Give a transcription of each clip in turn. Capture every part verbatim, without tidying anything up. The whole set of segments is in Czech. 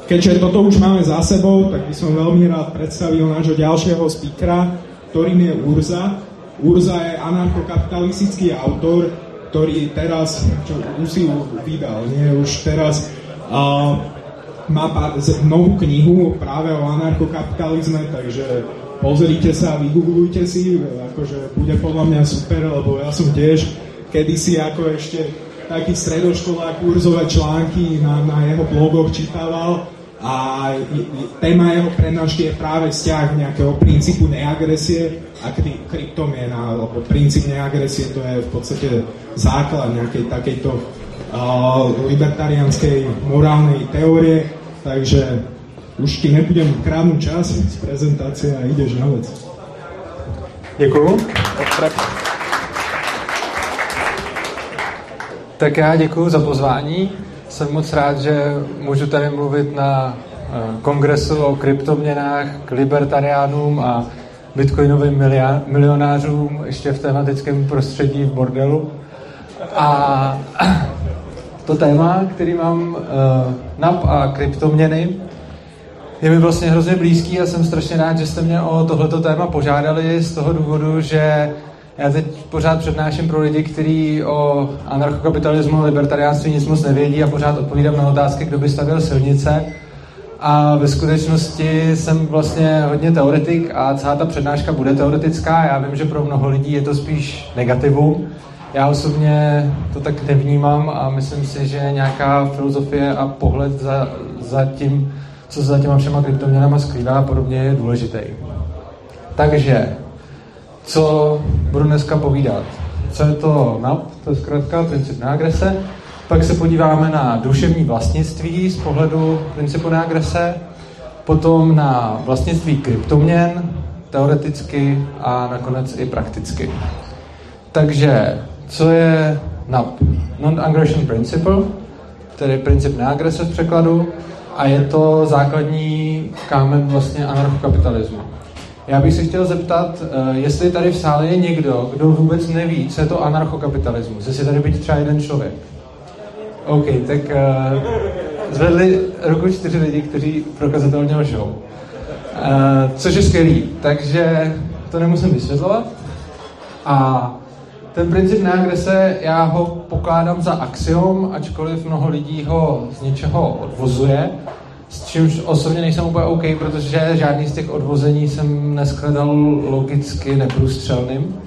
keďže toto už máme za sebou, tak by som veľmi rád predstavil nášho ďalšieho speakera, ktorým je Urza. Urza je anarchokapitalistický autor, ktorý teraz, čo už si vydal, nie už teraz, uh, má novú knihu práve o anarchokapitalizme, takže pozrite sa, vygooglujte si, akože bude podľa mňa super, lebo ja som tiež kedysi ako ešte taký stredoškolák kurzové články na, na jeho blogoch čítával a téma jeho prednášky je práve vzťah nejakého princípu neagresie a kry, kryptomiena, lebo princíp neagresie to je v podstate základ nejakej takejto uh, libertariánskej morálnej teórie, takže už ti nebudem krádnuť čas z prezentácie a ideš na vec. Děkuju. Tak já děkuji za pozvání. Jsem moc rád, že můžu tady mluvit na kongresu o kryptoměnách k libertariánům a bitcoinovým milionářům ještě v tematickém prostředí v bordelu. A to téma, který mám, N A P a kryptoměny, je mi vlastně hrozně blízký a jsem strašně rád, že jste mě o tohleto téma požádali z toho důvodu, že já teď pořád přednáším pro lidi, kteří o anarchokapitalismu a libertariánství nic moc nevědí a pořád odpovídám na otázky, kdo by stavěl silnice. A ve skutečnosti jsem vlastně hodně teoretik a celá ta přednáška bude teoretická. Já vím, že pro mnoho lidí je to spíš negativum. Já osobně to tak nevnímám a myslím si, že nějaká filozofie a pohled za, za tím, co se za těma všema kryptoměnama skrývá a podobně, je důležitý. Takže, co budu dneska povídat? Co je to N A P? To je zkrátka princip neagrese. Pak se podíváme na duševní vlastnictví z pohledu principu neagrese, potom na vlastnictví kryptoměn, teoreticky a nakonec i prakticky. Takže, co je N A P? Non-aggression principle, tedy princip neagrese v překladu, a je to základní kámen vlastně anarchokapitalismu. Já bych se chtěl zeptat, jestli tady v sále je někdo, kdo vůbec neví, co je to anarchokapitalismus. Jestli tady být třeba jeden člověk. OK, tak uh, zvedli ruku čtyři lidi, kteří prokazatelně lžou. Uh, což je skvělý, takže to nemusím vysvětlovat. A ten princip neagrese, já ho pokládám za axiom, ačkoliv mnoho lidí ho z něčeho odvozuje, s čímž osobně nejsem úplně OK, protože žádný z těch odvození jsem neshledal logicky neprůstřelným.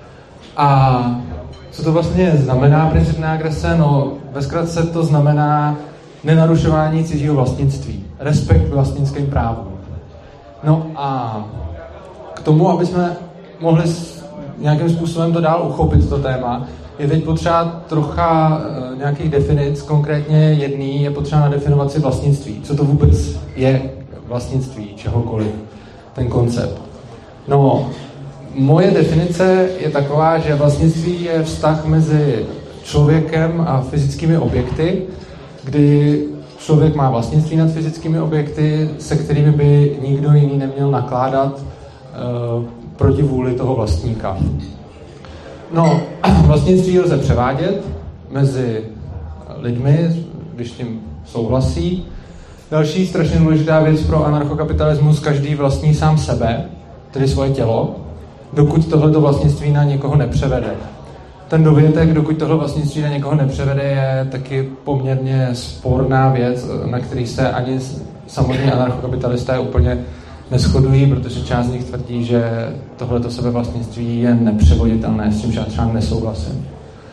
A co to vlastně znamená princip neagrese? No, ve zkratce to znamená nenarušování cizího vlastnictví, respekt k vlastnickým právům. No a k tomu, aby jsme mohli nějakým způsobem to dál uchopit, to téma, je teď potřeba trocha uh, nějakých definic, konkrétně jedný je potřeba nadefinovat si vlastnictví. Co to vůbec je vlastnictví, čehokoliv, ten koncept. No, moje definice je taková, že vlastnictví je vztah mezi člověkem a fyzickými objekty, kdy člověk má vlastnictví nad fyzickými objekty, se kterými by nikdo jiný neměl nakládat uh, proti vůli toho vlastníka. No, vlastnictví lze převádět mezi lidmi, když tím souhlasí. Další strašně důležitá věc pro anarchokapitalismus, každý vlastní sám sebe, tedy svoje tělo, dokud tohleto vlastnictví na někoho nepřevede. Ten dovětek, dokud tohle vlastnictví na někoho nepřevede, je taky poměrně sporná věc, na který se ani samotní anarchokapitalisté úplně neshodují, protože část z nich tvrdí, že tohleto sebevlastnictví je nepřevoditelné, s čím já třeba nesouhlasím.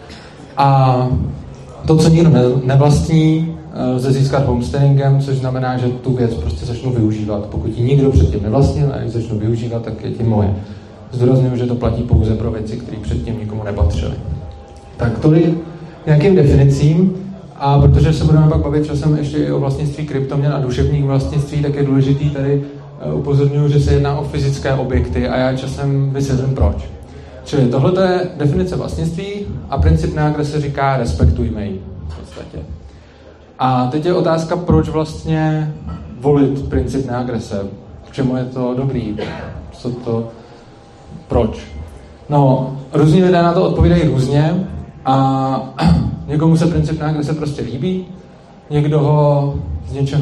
A to, co nikdo nevlastní, lze získat homesteadingem, což znamená, že tu věc prostě začnu využívat. Pokud ji nikdo předtím nevlastnil a když začnu využívat, tak je tím moje. Zdůrazňuji, že to platí pouze pro věci, které předtím nikomu nepatřily. Tak tolik nějakým definicím. A protože se budeme pak bavit časem ještě i o vlastnictví kryptoměn a duševních vlastnictví, tak je důležitý tady upozorňuji, že se jedná o fyzické objekty a já časem vysvětlím proč. Čili tohle je definice vlastnictví a princip neagrese říká respektujme ji v podstatě. A teď je otázka, proč vlastně volit princip neagrese. K čemu je to dobrý? Co to... Proč? No, různí lidé na to odpovídají různě a někomu se princip neagrese prostě líbí, někdo ho z něčeho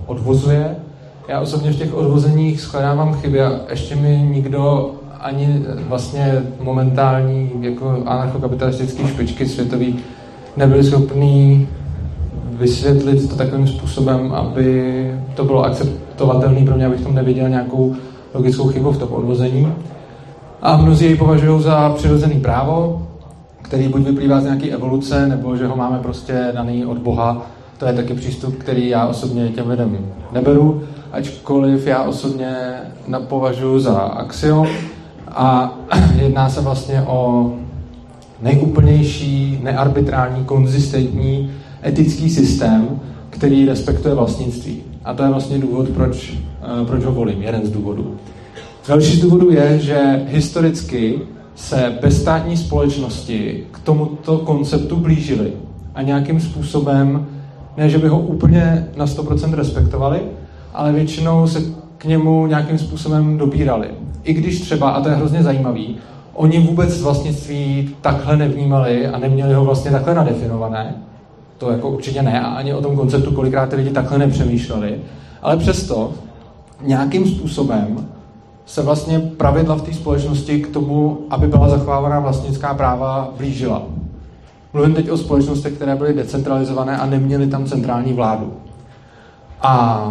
odvozuje. Já osobně v těch odvozeních shledávám chyby a ještě mi nikdo ani vlastně momentální jako anarchokapitalistické špičky světový nebyli schopní vysvětlit to takovým způsobem, aby to bylo akceptovatelné pro mě, abych tom neviděl nějakou logickou chybu v tom odvození. A mnozí jej považují za přirozený právo, který buď vyplývá z nějaké evoluce, nebo že ho máme prostě daný od Boha. To je taky přístup, který já osobně těm lidem neberu, ačkoliv já osobně považuji za axiom a jedná se vlastně o nejúplnější, nearbitrální, konzistentní etický systém, který respektuje vlastnictví. A to je vlastně důvod, proč, proč ho volím, jeden z důvodů. Další z důvodů je, že historicky se bezstátní společnosti k tomuto konceptu blížily a nějakým způsobem, ne, že by ho úplně na sto procent respektovali, ale většinou se k němu nějakým způsobem dobírali. I když třeba, a to je hrozně zajímavý, oni vůbec vlastnictví takhle nevnímali a neměli ho vlastně takhle nadefinované, to jako určitě ne, a ani o tom konceptu kolikrát ty lidi takhle nepřemýšleli, ale přesto nějakým způsobem se vlastně pravidla v té společnosti k tomu, aby byla zachovávána vlastnická práva, blížila. Mluvím teď o společnostech, které byly decentralizované a neměly tam centrální vládu. A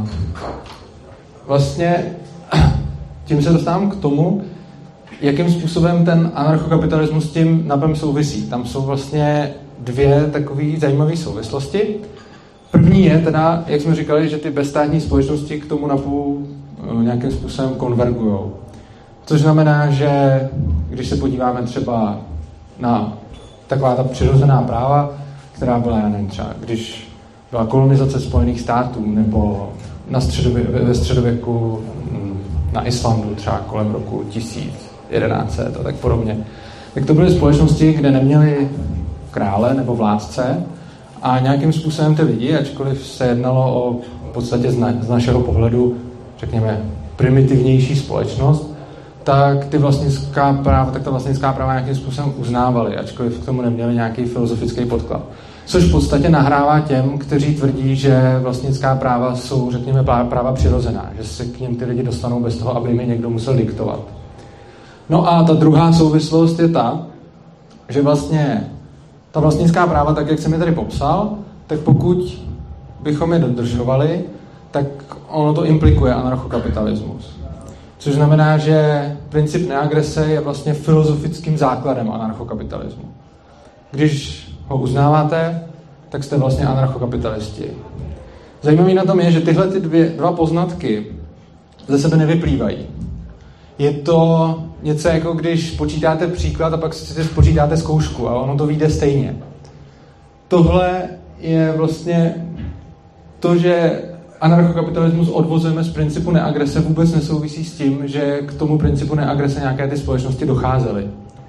vlastně tím se dostávám k tomu, jakým způsobem ten anarchokapitalismus s tím napem souvisí. Tam jsou vlastně dvě takové zajímavé souvislosti. První je teda, jak jsme říkali, že ty bezstátní společnosti k tomu napu nějakým způsobem konvergujou. Což znamená, že když se podíváme třeba na taková ta přirozená práva, která byla, já nevím, třeba když byla kolonizace Spojených států nebo na středově, ve středověku na Islandu třeba kolem roku tisíc jedenáct set a tak podobně. Tak to byly společnosti, kde neměli krále nebo vládce a nějakým způsobem ty lidi, ačkoliv se jednalo o v podstatě z, na, z našeho pohledu, řekněme, primitivnější společnost, tak ty vlastnická práva, tak ta vlastnická práva nějakým způsobem uznávali, ačkoliv k tomu neměli nějaký filozofický podklad. Což v podstatě nahrává těm, kteří tvrdí, že vlastnická práva jsou, řekněme, práva přirozená, že se k nim ty lidi dostanou bez toho, aby jim je někdo musel diktovat. No a ta druhá souvislost je ta, že vlastně ta vlastnická práva, tak jak jsem je tady popsal, tak pokud bychom je dodržovali, tak ono to implikuje anarchokapitalismus. Což znamená, že princip neagrese je vlastně filozofickým základem anarchokapitalismu. Když ho uznáváte, tak jste vlastně anarchokapitalisti. Zajímavý na tom je, že tyhle ty dvě, dva poznatky ze sebe nevyplývají. Je to něco jako když počítáte příklad a pak si spočítáte zkoušku a ono to vyjde stejně. Tohle je vlastně to, že anarchokapitalismus odvozujeme z principu neagrese, vůbec nesouvisí s tím, že k tomu principu neagrese nějaké ty společnosti docházely.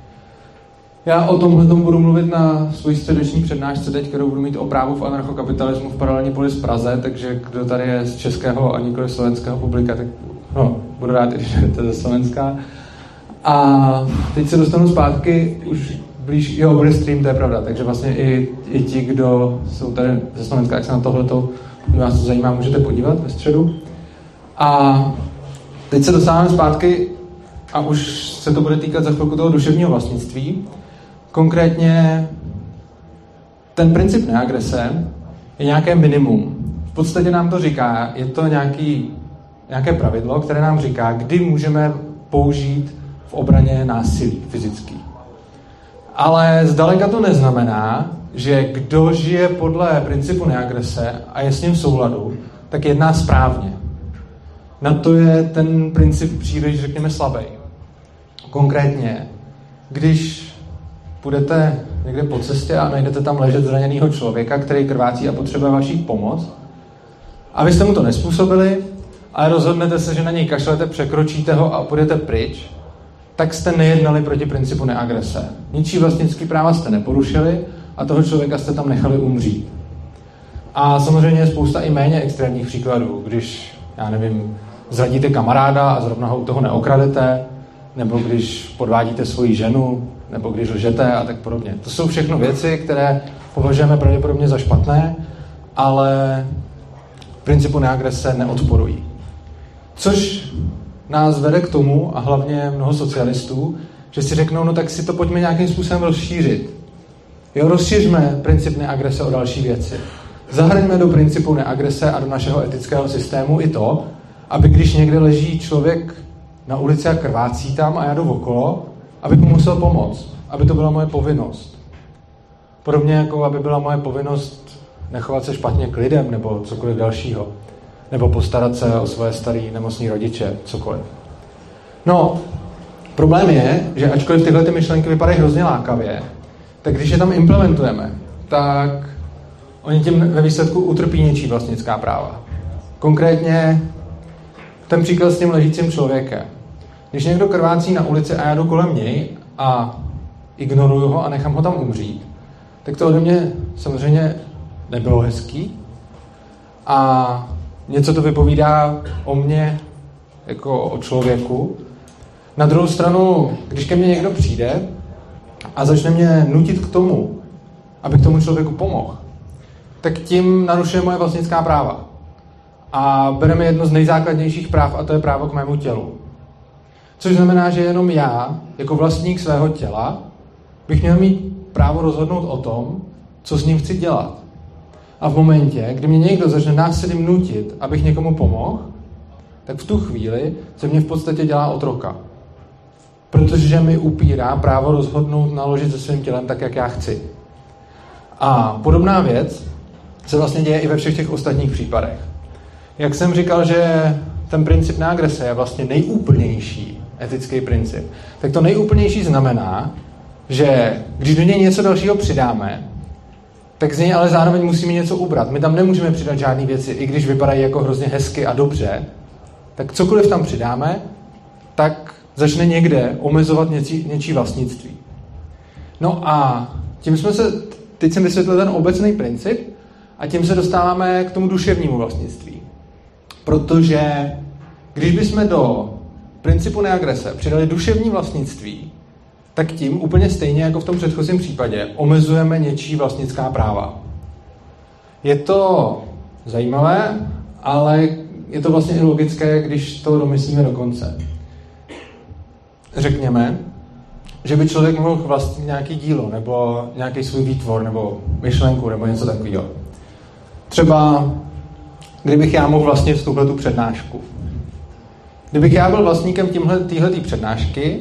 Já o tomhle tomu budu mluvit na svojí středeční přednášce teď, kterou budu mít o právu v anarchokapitalismu v Paralelní polis v Praze, takže kdo tady je z českého a nikoli slovenského publika, tak no, budu rád, když jdete ze Slovenska. A teď se dostanu zpátky, už blíž, jo, bude stream, to je pravda, takže vlastně i, i ti, kdo jsou tady ze Slovenska, jak se na tohleto, vás to zajímá, můžete podívat ve středu. A teď se dostáváme zpátky a už se to bude týkat za chvilku toho duševního vlastnictví. Konkrétně ten princip neagrese je nějaké minimum. V podstatě nám to říká, je to nějaký, nějaké pravidlo, které nám říká, kdy můžeme použít v obraně násilí fyzický. Ale zdaleka to neznamená, že kdo žije podle principu neagrese a je s ním v souladu, tak jedná správně. Na to je ten princip příliš, řekněme, slabý. Konkrétně, když půjdete někde po cestě a najdete tam ležet zraněného člověka, který krvácí a potřebuje vaši pomoc, a vy jste mu to nespůsobili, ale rozhodnete se, že na něj kašlete, překročíte ho a půjdete pryč, tak jste nejednali proti principu neagrese. Ničí vlastnický práva jste neporušili a toho člověka jste tam nechali umřít. A samozřejmě je spousta i méně extrémních příkladů, když, já nevím, zradíte kamaráda a zrovna ho u toho neokradete, nebo když podvádíte svoji ženu, nebo když lžete a tak podobně. To jsou všechno věci, které považujeme pravděpodobně za špatné, ale principu neagrese neodporují. Což nás vede k tomu, a hlavně mnoho socialistů, že si řeknou, no tak si to pojďme nějakým způsobem rozšířit. Jo, rozšířme princip neagrese o další věci. Zahrňme do principu neagrese a do našeho etického systému i to, aby když někde leží člověk na ulici a krvácí tam a já jdu okolo, abych mu musel pomoct. Aby to byla moje povinnost. Podobně jako aby byla moje povinnost nechovat se špatně k lidem nebo cokoliv dalšího. Nebo postarat se o svoje starý nemocný rodiče, cokoliv. No, problém je, že ačkoliv tyhle ty myšlenky vypadají hrozně lákavě, tak když je tam implementujeme, tak oni tím ve výsledku utrpí něčí vlastnická práva. Konkrétně ten příklad s tím ležícím člověkem. Když někdo krvácí na ulici a já jdu kolem něj a ignoruju ho a nechám ho tam umřít, tak to ode mě samozřejmě nebylo hezký a něco to vypovídá o mně jako o člověku. Na druhou stranu, když ke mně někdo přijde a začne mě nutit k tomu, abych tomu člověku pomohl, tak tím narušuje moje vlastnická práva. A bereme jedno z nejzákladnějších práv, a to je právo k mému tělu. Což znamená, že jenom já, jako vlastník svého těla, bych měl mít právo rozhodnout o tom, co s ním chci dělat. A v momentě, kdy mě někdo začne násilím nutit, abych někomu pomohl, tak v tu chvíli se mě v podstatě dělá otroka. Protože mi upírá právo rozhodnout naložit se svým tělem tak, jak já chci. A podobná věc se vlastně děje i ve všech těch ostatních případech. Jak jsem říkal, že ten princip neagrese je vlastně nejúplnější etický princip, tak to nejúplnější znamená, že když do něj něco dalšího přidáme, tak z něj ale zároveň musíme něco ubrat. My tam nemůžeme přidat žádné věci, i když vypadají jako hrozně hezky a dobře, tak cokoliv tam přidáme, tak začne někde omezovat něčí, něčí vlastnictví. No a tím jsme se, teď jsem vysvětlil ten obecný princip a tím se dostáváme k tomu duševnímu vlastnictví. Protože když bychom do principu neagrese přidali duševní vlastnictví, tak tím úplně stejně jako v tom předchozím případě omezujeme něčí vlastnická práva. Je to zajímavé, ale je to vlastně i logické, když to domyslíme do konce. Řekněme, že by člověk mohl vlastnit nějaký dílo, nebo nějaký svůj výtvor, nebo myšlenku, nebo něco takového. Třeba, kdybych já mohl vlastnit tuhletu přednášku. Kdybych já byl vlastníkem téhletý přednášky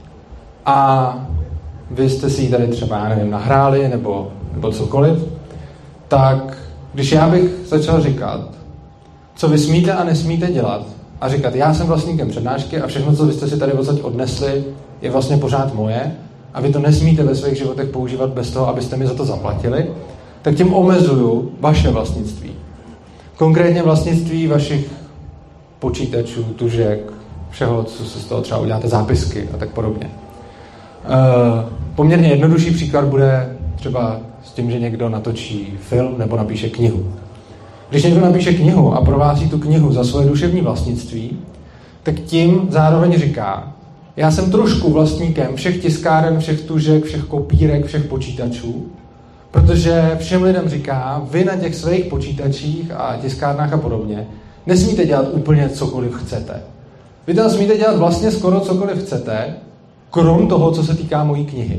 a vy jste si ji tady třeba, já nevím, nahráli, nebo, nebo cokoliv, tak když já bych začal říkat, co vy smíte a nesmíte dělat, a říkat, já jsem vlastníkem přednášky a všechno, co vy jste si tady odsaď odnesli, je vlastně pořád moje a vy to nesmíte ve svých životech používat bez toho, abyste mi za to zaplatili, tak tím omezuju vaše vlastnictví. Konkrétně vlastnictví vašich počítačů, tužek, všeho, co se z toho třeba uděláte, zápisky a tak podobně. E, poměrně jednodušší příklad bude třeba s tím, že někdo natočí film nebo napíše knihu. Když někdo napíše knihu a prováří tu knihu za svoje duševní vlastnictví, tak tím zároveň říká, já jsem trošku vlastníkem všech tiskáren, všech tužek, všech kopírek, všech počítačů, protože všem lidem říká, vy na těch svých počítačích a tiskárnách a podobně nesmíte dělat úplně cokoliv chcete. Vy tam smíte dělat vlastně skoro cokoliv chcete, krom toho, co se týká mojí knihy.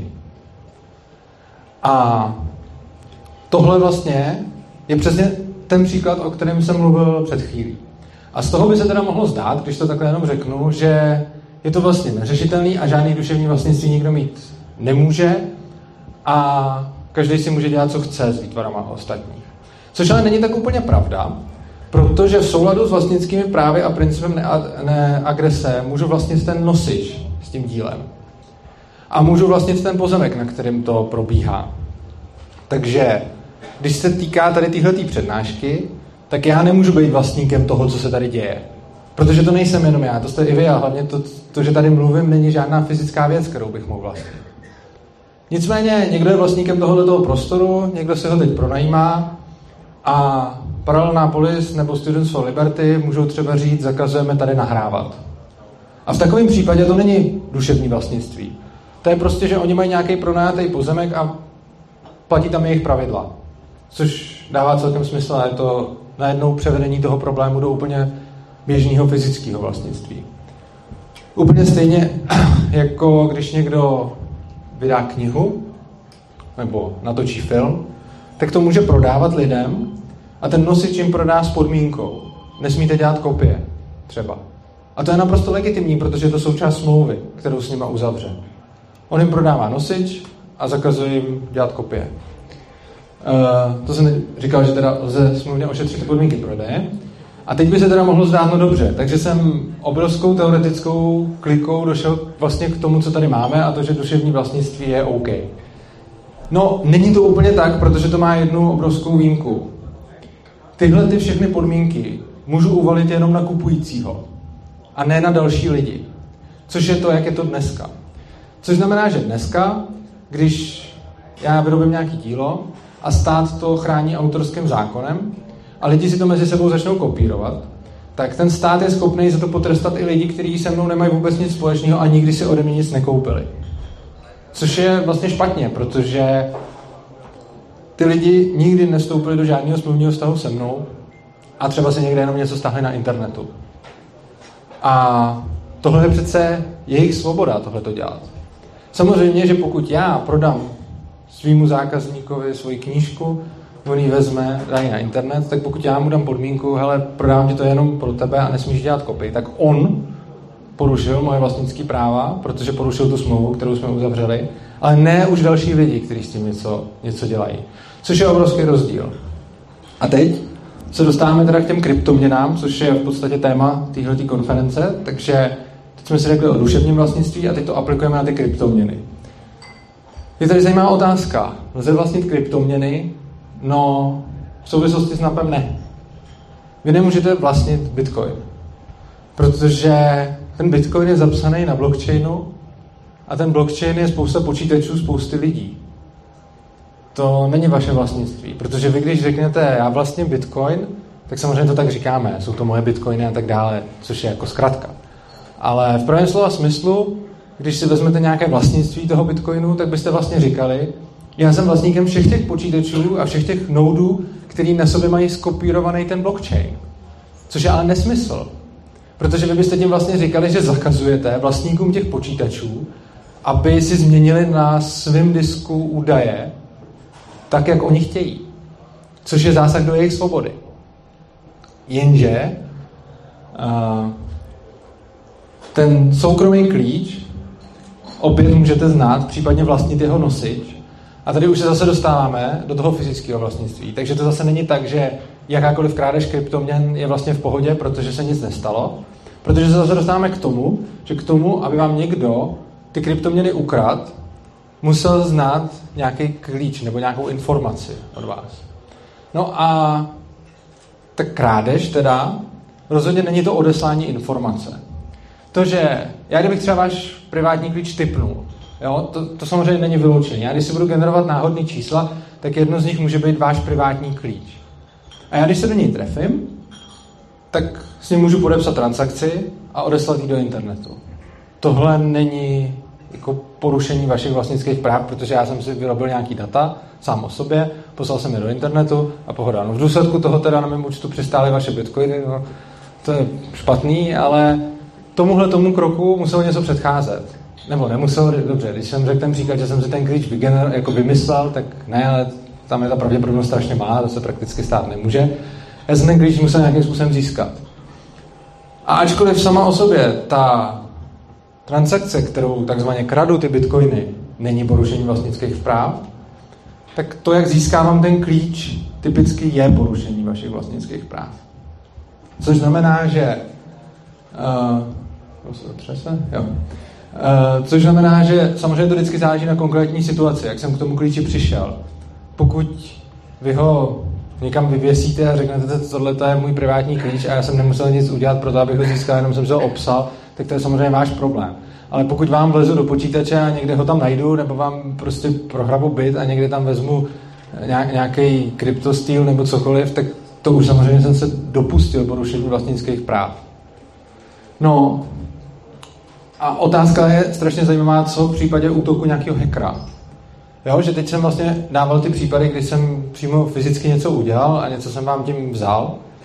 A tohle vlastně je přesně ten příklad, o kterém jsem mluvil před chvílí. A z toho by se teda mohlo zdát, když to takhle jenom řeknu, že je to vlastně neřešitelný a žádný duševní vlastnictví nikdo mít nemůže a každý si může dělat, co chce s výtvarama ostatních. Což ale není tak úplně pravda, protože v souladu s vlastnickými právy a principem neagrese můžu vlastnit ten nosič s tím dílem. A můžu vlastnit ten pozemek, na kterém to probíhá. Takže když se týká tady téhletý přednášky, tak já nemůžu být vlastníkem toho, co se tady děje. Protože to nejsem jenom já, to jste i vy a hlavně to, to, že tady mluvím, není žádná fyzická věc, kterou bych mohl vlastnit. Nicméně někdo je vlastníkem tohoto prostoru, někdo se ho teď pronajímá a Parallel Police nebo Students for Liberty můžou třeba říct, zakazujeme tady nahrávat. A v takovém případě to není duševní vlastnictví. To je prostě, že oni mají nějaký pronajatý pozemek a platí tam jejich pravidla. Což dává celkem smysl a je to najednou převedení toho problému do úplně běžného fyzického vlastnictví. Úplně stejně, jako když někdo vydá knihu nebo natočí film, tak to může prodávat lidem a ten nosič jim prodá s podmínkou. Nesmíte dělat kopie, třeba. A to je naprosto legitimní, protože je to součást smlouvy, kterou s nima uzavře. On jim prodává nosič a zakazuje jim dělat kopie. Uh, to jsem říkal, že teda lze smluvně ošetřit podmínky prodeje. A teď by se teda mohlo zdát, no dobře, takže jsem obrovskou teoretickou klikou došel vlastně k tomu, co tady máme, a to, že duševní vlastnictví je OK. No, není to úplně tak, protože to má jednu obrovskou výjimku. Tyhle ty všechny podmínky můžu uvalit jenom na kupujícího a ne na další lidi. Což je to, jak je to dneska. Což znamená, že dneska, když já vyrobím nějaké dílo a stát to chrání autorským zákonem a lidi si to mezi sebou začnou kopírovat, tak ten stát je schopný za to potrestat i lidi, kteří se mnou nemají vůbec nic společného a nikdy si ode mě nic nekoupili. Což je vlastně špatně, protože ty lidi nikdy nestoupili do žádného smluvního vztahu se mnou a třeba si někde jenom něco stáhli na internetu. A tohle je přece jejich svoboda, tohle to dělat. Samozřejmě, že pokud já prodám svýmu zákazníkovi svoji knížku, on ji vezme, dá ji na internet, tak pokud já mu dám podmínku, hele, prodám ti to jenom pro tebe a nesmíš dělat kopii, tak on porušil moje vlastnické práva, protože porušil tu smlouvu, kterou jsme uzavřeli, ale ne už další lidi, kteří s tím něco, něco dělají. Což je obrovský rozdíl. A teď se dostáváme teda k těm kryptoměnám, což je v podstatě téma téhletý konference, takže teď jsme si řekli o duševním vlastnictví a teď to aplikujeme na ty kryptoměny. Je tady zajímavá otázka. Lze vlastnit kryptoměny? No, v souvislosti s NAPem ne. Vy nemůžete vlastnit Bitcoin, protože ten Bitcoin je zapsaný na blockchainu a ten blockchain je spousta počítačů, spousty lidí. To není vaše vlastnictví, protože vy, když řeknete, já vlastním Bitcoin, tak samozřejmě to tak říkáme, jsou to moje Bitcoiny a tak dále, což je jako zkratka. Ale v pravém slova smyslu, když si vezmete nějaké vlastnictví toho Bitcoinu, tak byste vlastně říkali, já jsem vlastníkem všech těch počítačů a všech těch nodů, který na sobě mají skopírovaný ten blockchain. Což je ale nesmysl. Protože vy byste tím vlastně říkali, že zakazujete vlastníkům těch počítačů, aby si změnili na svém disku údaje tak, jak oni chtějí. Což je zásah do jejich svobody. Jenže uh, ten soukromý klíč opět můžete znát, případně vlastnit jeho nosič. A tady už se zase dostáváme do toho fyzického vlastnictví. Takže to zase není tak, že jakákoliv krádež kryptoměn je vlastně v pohodě, protože se nic nestalo. Protože se zase dostáváme k tomu, že k tomu, aby vám někdo ty kryptoměny ukradl, musel znát nějaký klíč nebo nějakou informaci od vás. No a ta krádež teda rozhodně není to odeslání informace. To, že já kdybych třeba váš privátní klíč tipnul, jo, to, to samozřejmě není vyloučené. Já když si budu generovat náhodný čísla, tak jedno z nich může být váš privátní klíč. A já když se do něj trefím, tak s ním můžu podepsat transakci a odeslat ji do internetu. Tohle není jako porušení vašich vlastnických práv, protože já jsem si vyrobil nějaký data sám o sobě, poslal jsem je do internetu a pohoda. No v důsledku toho teda na mém účtu přistály vaše bitcoiny, no, to je špatný, ale tomuhle tomu kroku muselo něco předcházet. Nebo nemusel, dobře, když jsem řekl ten příklad, že jsem si ten klíč vygener, jako vymyslel, tak ne, ale tam je ta pravděpodobnost strašně malá, to se prakticky stát nemůže. Já jsem ten klíč musel nějakým způsobem získat. A ačkoliv sama o sobě ta transakce, kterou takzvaně kradu ty bitcoiny, není porušení vlastnických práv, tak to, jak získávám ten klíč, typicky je porušení vašich vlastnických práv. Což znamená, že uh, se třese? Jo. Uh, což znamená, že samozřejmě to vždycky záleží na konkrétní situaci, jak jsem k tomu klíči přišel. Pokud vy ho někam vyvěsíte a řeknete, že tohle je můj privátní klíč a já jsem nemusel nic udělat pro to, abych ho získal, jenom jsem se ho obsal, tak to je samozřejmě váš problém. Ale pokud vám vlezu do počítače a někde ho tam najdu, nebo vám prostě prohrabu byt a někde tam vezmu nějaký kryptostýl nebo cokoliv, tak to už samozřejmě jsem se dopustil porušení vlastnických práv. No a otázka je strašně zajímavá, co v případě útoku nějakého hackera. Jo, že teď jsem vlastně dával ty případy, kdy jsem přímo fyzicky něco udělal a něco jsem vám tím vzal,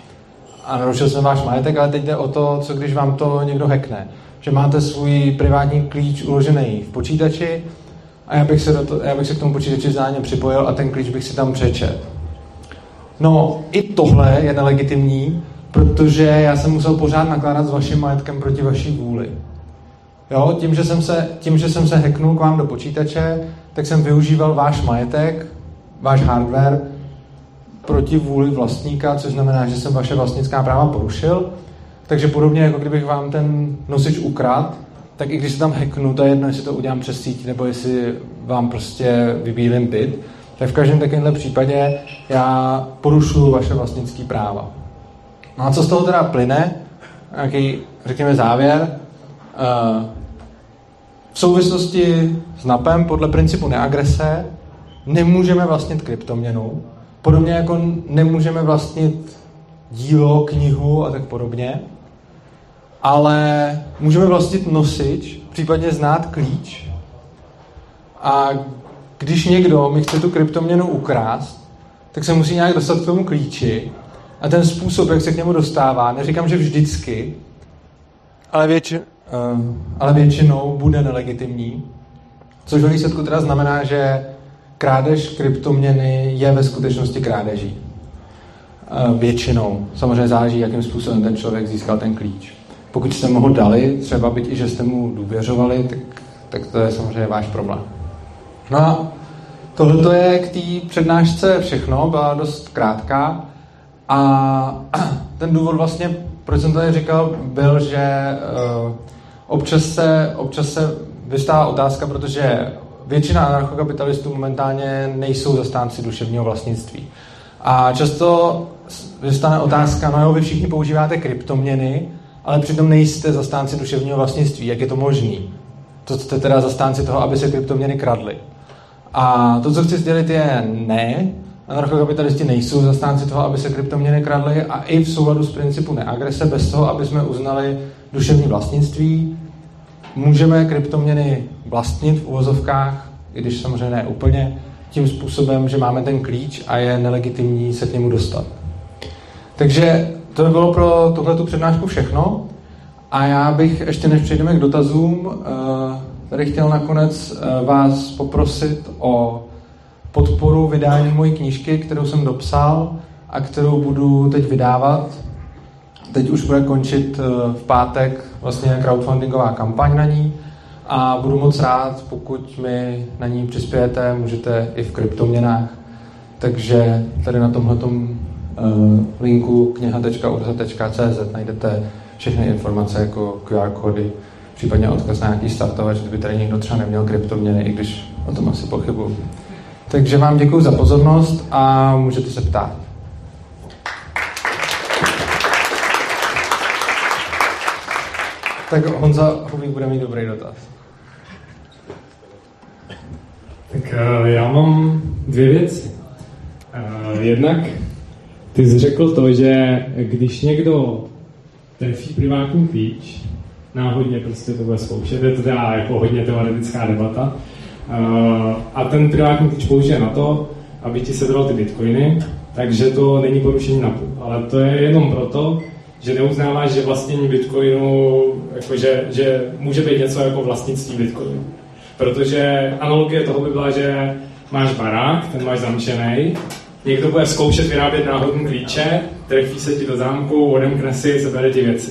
a narušil jsem váš majetek, ale teď jde o to, co když vám to někdo hackne. Že máte svůj privátní klíč uložený v počítači a já bych se, do to, já bych se k tomu počítači zájemně připojil a ten klíč bych si tam přečet. No, i tohle je nelegitimní, protože já jsem musel pořád nakládat s vaším majetkem proti vaší vůli. Jo, tím, že jsem se, tím, že jsem se hacknul k vám do počítače, tak jsem využíval váš majetek, váš hardware proti vůli vlastníka, což znamená, že jsem vaše vlastnická práva porušil. Takže podobně, jako kdybych vám ten nosič ukradl, tak i když se tam hacknu, to je jedno, jestli to udělám přes síť, nebo jestli vám prostě vybílím byt, tak v každém takovémhle případě já porušuju vaše vlastnické práva. No a co z toho teda plyne? Nějaký, řekněme, závěr. V souvislosti s NAPem podle principu neagrese nemůžeme vlastnit kryptoměnu, podobně jako nemůžeme vlastnit dílo, knihu a tak podobně, ale můžeme vlastnit nosič, případně znát klíč. A když někdo mi chce tu kryptoměnu ukrást, tak se musí nějak dostat k tomu klíči a ten způsob, jak se k němu dostává, neříkám, že vždycky, ale, větši, uh, ale většinou bude nelegitimní, což ve výsledku teda znamená, že krádež kryptoměny je ve skutečnosti krádeží. Uh, většinou. Samozřejmě záleží, jakým způsobem ten člověk získal ten klíč. Pokud jste mu ho dali, třeba byť i, že jste mu důvěřovali, tak, tak to je samozřejmě váš problém. No a tohle je k té přednášce všechno, byla dost krátká a ten důvod vlastně, proč jsem to tady říkal, byl, že uh, občas se, občas se vystává otázka, protože většina anarchokapitalistů momentálně nejsou zastánci duševního vlastnictví. A často vystane otázka, no jo, vy všichni používáte kryptoměny, ale přitom nejste zastánci duševního vlastnictví. Jak je to možný? To jste teda zastánci toho, aby se kryptoměny kradly. A to, co chci sdělit, je ne. Anarchokapitalisti nejsou zastánci toho, aby se kryptoměny kradly a i v souladu s principu neagrese, bez toho, aby jsme uznali duševní vlastnictví, můžeme kryptoměny vlastnit v uvozovkách, i když samozřejmě ne úplně, tím způsobem, že máme ten klíč a je nelegitimní se k němu dostat. Takže to by bylo pro tuhletu přednášku všechno a já bych, ještě než přejdeme k dotazům, tady chtěl nakonec vás poprosit o podporu vydání mojí knížky, kterou jsem dopsal a kterou budu teď vydávat. Teď už bude končit v pátek vlastně crowdfundingová kampaň na ní a budu moc rád, pokud mi na ní přispějete, můžete i v kryptoměnách. Takže tady na tomhletom linku kniha tečka urza tečka cé zet najdete všechny informace jako Q R kódy, případně odkaz na nějaký startovač, kdyby tady někdo třeba neměl kryptoměny, i když o tom asi pochybuji. Takže vám děkuji za pozornost a můžete se ptát. Tak Honza Hubík bude mít dobrý dotaz. Tak já mám dvě věci. Jednak ty jsi řekl to, že když někdo trefí privátní klíč, náhodně prostě to bude zkoušet, je to teda jako hodně teoretická debata, a ten privátní klíč použije na to, aby ti sebral ty bitcoiny, takže to není porušení NAPu. Ale to je jenom proto, že neuznáváš, že vlastnění bitcoinu, jakože, že může být něco jako vlastnictví bitcoinu. Protože analogie toho by byla, že máš barák, ten máš zamčený, někdo bude zkoušet vyrábět náhodný klíče, trefí se ti do zámku, odemkne si, sebere ti věci.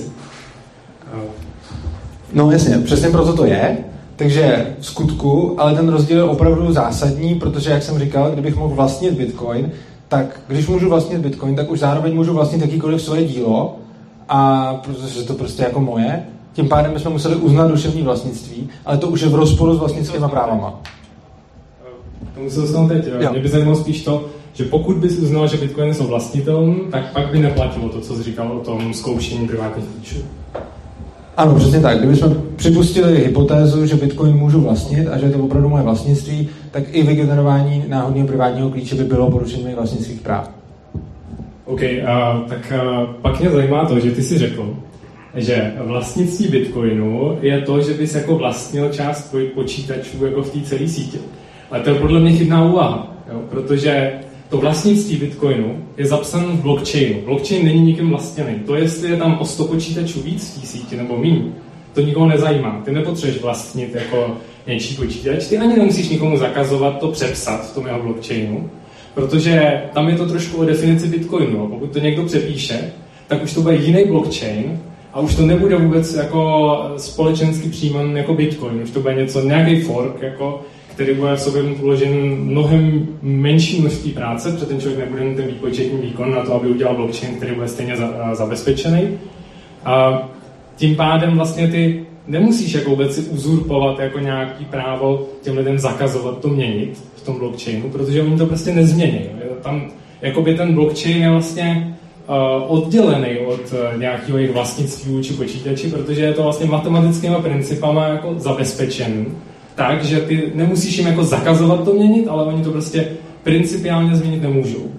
No jasně, přesně proto to je. Takže v skutku, ale ten rozdíl je opravdu zásadní, protože, jak jsem říkal, kdybych mohl vlastnit bitcoin, tak když můžu vlastnit bitcoin, tak už zároveň můžu vlastnit jakýkoliv svoje dílo, a protože to prostě jako moje, tím pádem bychom museli uznat duševní vlastnictví, ale to už je v rozporu s vlastnickými právama. To musel jsem teď, jo. Mě by zajímalo spíš to, že pokud bys uznal, že bitcoiny jsou vlastnitelné, tak pak by neplatilo to, co jsi říkal o tom zkoušení privátních klíčů. Ano, přesně tak. Kdybychom připustili hypotézu, že bitcoin můžu vlastnit a že je to opravdu moje vlastnictví, tak i vygenerování náhodného privátního klíče by bylo porušení mých vlastnických práv. OK, uh, tak uh, pak mě zajímá to, že ty jsi řekl, že vlastnictví bitcoinu je to, že bys jako vlastnil část tvojich počítačů jako v té celé sítě. Ale to je podle mě chybná úvaha, jo? Protože to vlastnictví Bitcoinu je zapsané v blockchainu. Blockchain není nikým vlastněný. To, jestli je tam o sto počítačů víc v té síti nebo míň, to nikoho nezajímá. Ty nepotřebuješ vlastnit jako něčí počítač, ty ani nemusíš nikomu zakazovat to přepsat v tom jeho blockchainu, protože tam je to trošku o definici Bitcoinu. Pokud to někdo přepíše, tak už to bude jiný blockchain a už to nebude vůbec jako společensky přijímaný jako Bitcoin. Už to bude něco, nějaký fork, jako, který bude v sobě vložen mnohem menší množství práce, protože ten člověk nebude mít ten výpočetní výkon na to, aby udělal blockchain, který bude stejně za, zabezpečený. A tím pádem vlastně ty nemusíš jako vůbec si uzurpovat jako nějaký právo těm lidem zakazovat to měnit v tom blockchainu, protože oni to prostě nezmění. Tam jakoby ten blockchain je vlastně uh, oddělený od uh, nějakého jejich vlastnictví či počítači, protože je to vlastně matematickými principama jako zabezpečený. Tak, že ty nemusíš jim jako zakazovat to měnit, ale oni to prostě principiálně změnit nemůžou. Uh,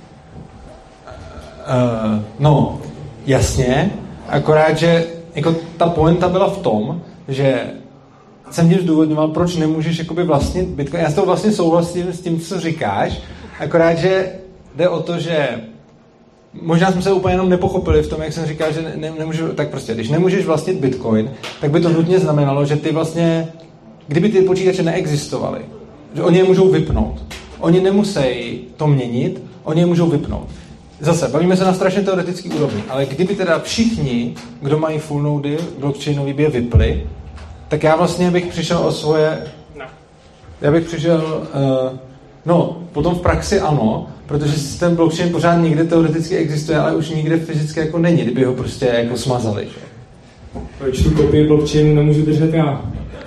no, jasně, akorát, že jako ta pointa byla v tom, že jsem tě zdůvodňoval, proč nemůžeš jakoby vlastnit Bitcoin. Já s tou vlastně souhlasím s tím, co říkáš, akorát, že jde o to, že možná jsme se úplně jenom nepochopili v tom, jak jsem říkal, že ne, nemůžu, tak prostě, když nemůžeš vlastnit Bitcoin, tak by to nutně znamenalo, že ty vlastně, kdyby ty počítače neexistovaly, že oni je můžou vypnout. Oni nemusí to měnit, oni je můžou vypnout. Zase, bavíme se na strašně teoretický úrovni, ale kdyby teda všichni, kdo mají full nody blockchainový, by je vypli, tak já vlastně bych přišel o svoje... No. Já bych přišel... Uh, no, potom v praxi ano, protože ten blockchain pořád někde teoreticky existuje, ale už nikde fyzicky jako není, kdyby ho prostě jako smazali. Že? Proč tu kopii blockchainu nemůžu držet já?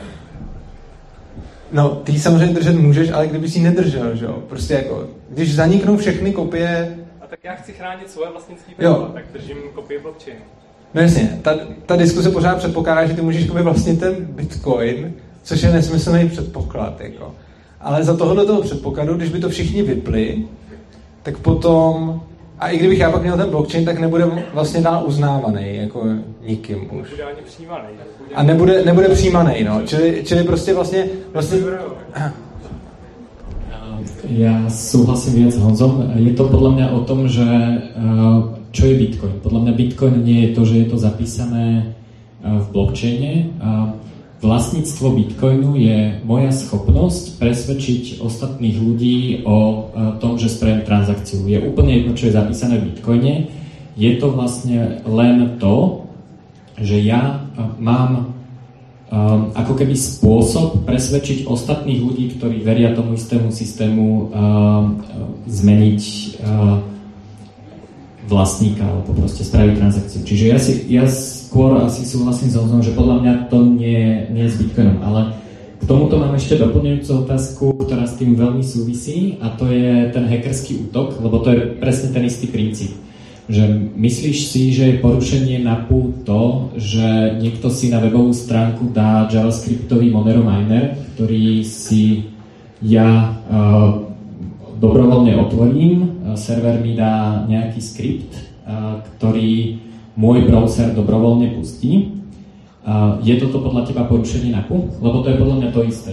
No, ty samozřejmě držet můžeš, ale kdyby si ji nedržel, že jo? Prostě jako, když zaniknou všechny kopie... Tak já chci chránit svoje vlastnický práva, tak držím kopii blockchainu. No jasně, ta, ta diskuse pořád předpokládá, že ty můžeš vlastnit ten Bitcoin, což je nesmyslný předpoklad, jako. Ale za tohohle toho předpokladu, když by to všichni vypli, tak potom, a i kdybych já pak měl ten blockchain, tak nebude vlastně dál uznávaný, jako nikým už. Nebude ani přijímaný. A nebude, nebude přijímaný, no. Čili, čili prostě vlastně... vlastně Ja súhlasím viac s Honzom. Je to podľa mňa o tom, že čo je Bitcoin. Podľa mňa Bitcoin nie je to, že je to zapísané v blockchaine. Vlastníctvo Bitcoinu je moja schopnosť presvedčiť ostatných ľudí o tom, že spravím transakciu. Je úplne jedno, čo je zapísané v Bitcoine. Je to vlastne len to, že ja mám Um, ako keby spôsob presvedčiť ostatných ľudí, ktorí veria tomu istému systému, um, zmeniť uh, vlastníka alebo proste spraviť transakciu. Čiže ja, si, ja skôr asi súhlasím s Honzom, že podľa mňa to nie, nie je s Bitcoinom, ale k tomuto mám ešte doplňujúcu otázku, ktorá s tým veľmi súvisí, a to je ten hackerský útok, lebo to je presne ten istý princíp. Že myslíš si, že je porušenie N A P U to, že niekto si na webovú stránku dá javascriptový Monero miner, ktorý si ja uh, dobrovoľne otvorím, uh, server mi dá nejaký skript, uh, ktorý môj browser dobrovoľne pustí. Uh, je toto podľa teba porušenie N A P U? Lebo to je podľa mňa to isté.